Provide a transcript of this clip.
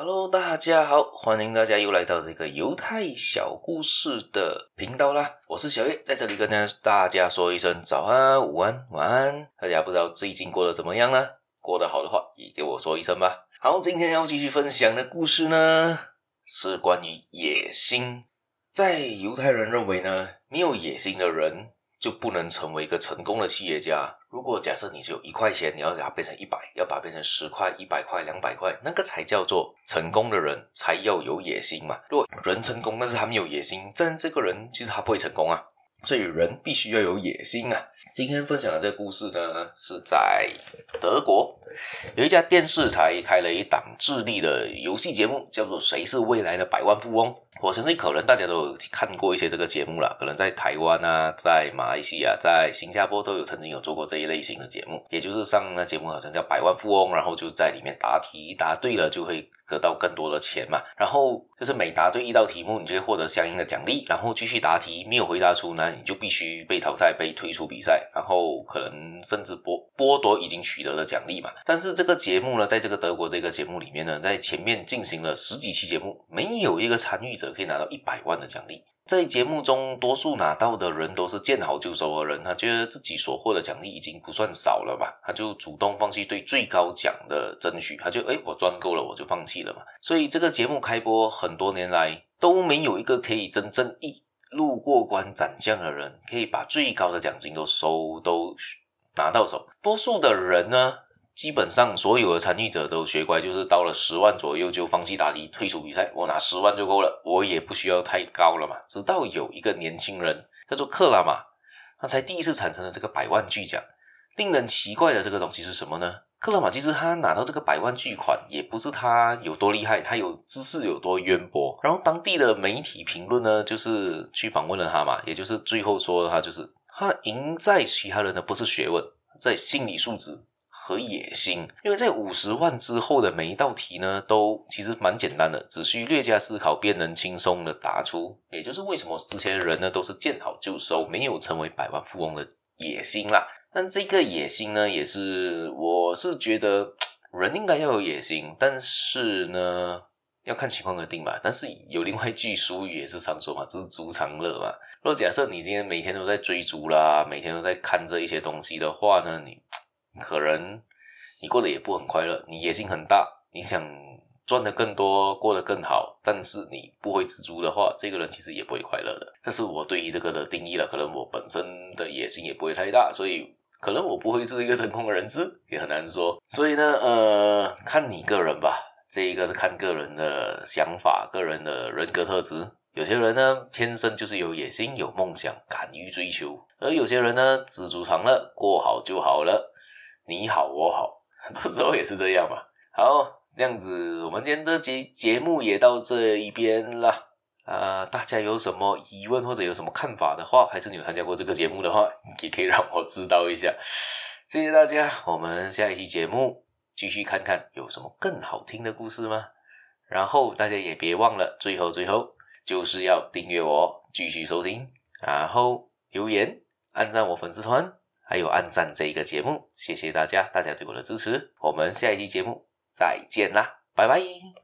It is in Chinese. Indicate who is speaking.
Speaker 1: Hello， 大家好，欢迎大家又来到这个犹太小故事的频道啦。我是小叶，在这里跟大家说一声早安、午安、晚安。大家不知道最近过得怎么样呢？过得好的话，也给我说一声吧。好，今天要继续分享的故事呢，是关于野心。在犹太人认为呢，没有野心的人就不能成为一个成功的企业家。如果假设你只有1块钱，你要把它变成100，要把它变成10块、100块、200块，那个才叫做成功的人才要有野心嘛。如果人成功，但是他没有野心，但这个人其实他不会成功啊。所以人必须要有野心啊。今天分享的这个故事呢，是在德国有一家电视台开了一档智力的游戏节目，叫做谁是未来的百万富翁。我相信可能大家都有看过一些这个节目啦，可能在台湾啊，在马来西亚，在新加坡都曾经有做过这一类型的节目，也就是上那节目好像叫百万富翁，然后就在里面答题，答对了就会得到更多的钱嘛，然后就是每答对一道题目你就会获得相应的奖励，然后继续答题，没有回答出呢你就必须被淘汰，被退出比赛，然后可能甚至剥夺已经取得的奖励嘛。但是这个节目呢，在这个德国这个节目里面呢，在前面进行了10几期节目，没有一个参与者可以拿到100万的奖励。在节目中多数拿到的人都是见好就收的人，他觉得自己所获的奖励已经不算少了嘛，他就主动放弃对最高奖的争取，他就我赚够了我就放弃了嘛。所以这个节目开播很多年来都没有一个可以真正一路过关斩将的人可以把最高的奖金都拿到手。多数的人呢，基本上所有的参与者都学乖，就是到了10万左右就放弃答题，退出比赛，我拿10万就够了，我也不需要太高了嘛。直到有一个年轻人叫做克拉玛，他才第一次产生了这个100万巨奖。令人奇怪的这个东西是什么呢？克拉玛其实他拿到这个100万巨款也不是他有多厉害，他有知识有多渊博。然后当地的媒体评论呢，就是去访问了他嘛，也就是最后说他就是他赢在其他人的不是学问，在心理素质和野心。因为在50万之后的每一道题呢，都其实蛮简单的，只需略加思考便能轻松的答出。也就是为什么之前的人呢都是见好就收，没有成为百万富翁的野心啦。但这个野心呢，也是我是觉得人应该要有野心，但是呢要看情况而定嘛。但是有另外一句俗语也是常说嘛，知足常乐嘛。如果假设你今天每天都在追逐啦，每天都在看这一些东西的话呢，你可能你过得也不很快乐，你野心很大，你想赚得更多，过得更好，但是你不会知足的话，这个人其实也不会快乐的。这是我对于这个的定义了，可能我本身的野心也不会太大，所以可能我不会是一个成功的人士，也很难说。所以呢看你个人吧，这一个是看个人的想法，个人的人格特质。有些人呢天生就是有野心，有梦想，敢于追求，而有些人呢知足常乐，过好就好了，你好我好，很多时候也是这样嘛。好，这样子我们今天这节目也到这一边啦。大家有什么疑问或者有什么看法的话，还是你有参加过这个节目的话，也可以让我知道一下。谢谢大家，我们下一期节目继续看看有什么更好听的故事吗？然后大家也别忘了最后就是要订阅我，继续收听，然后留言按赞我粉丝团，还有按赞这一个节目。谢谢大家对我的支持，我们下一期节目再见啦，拜拜。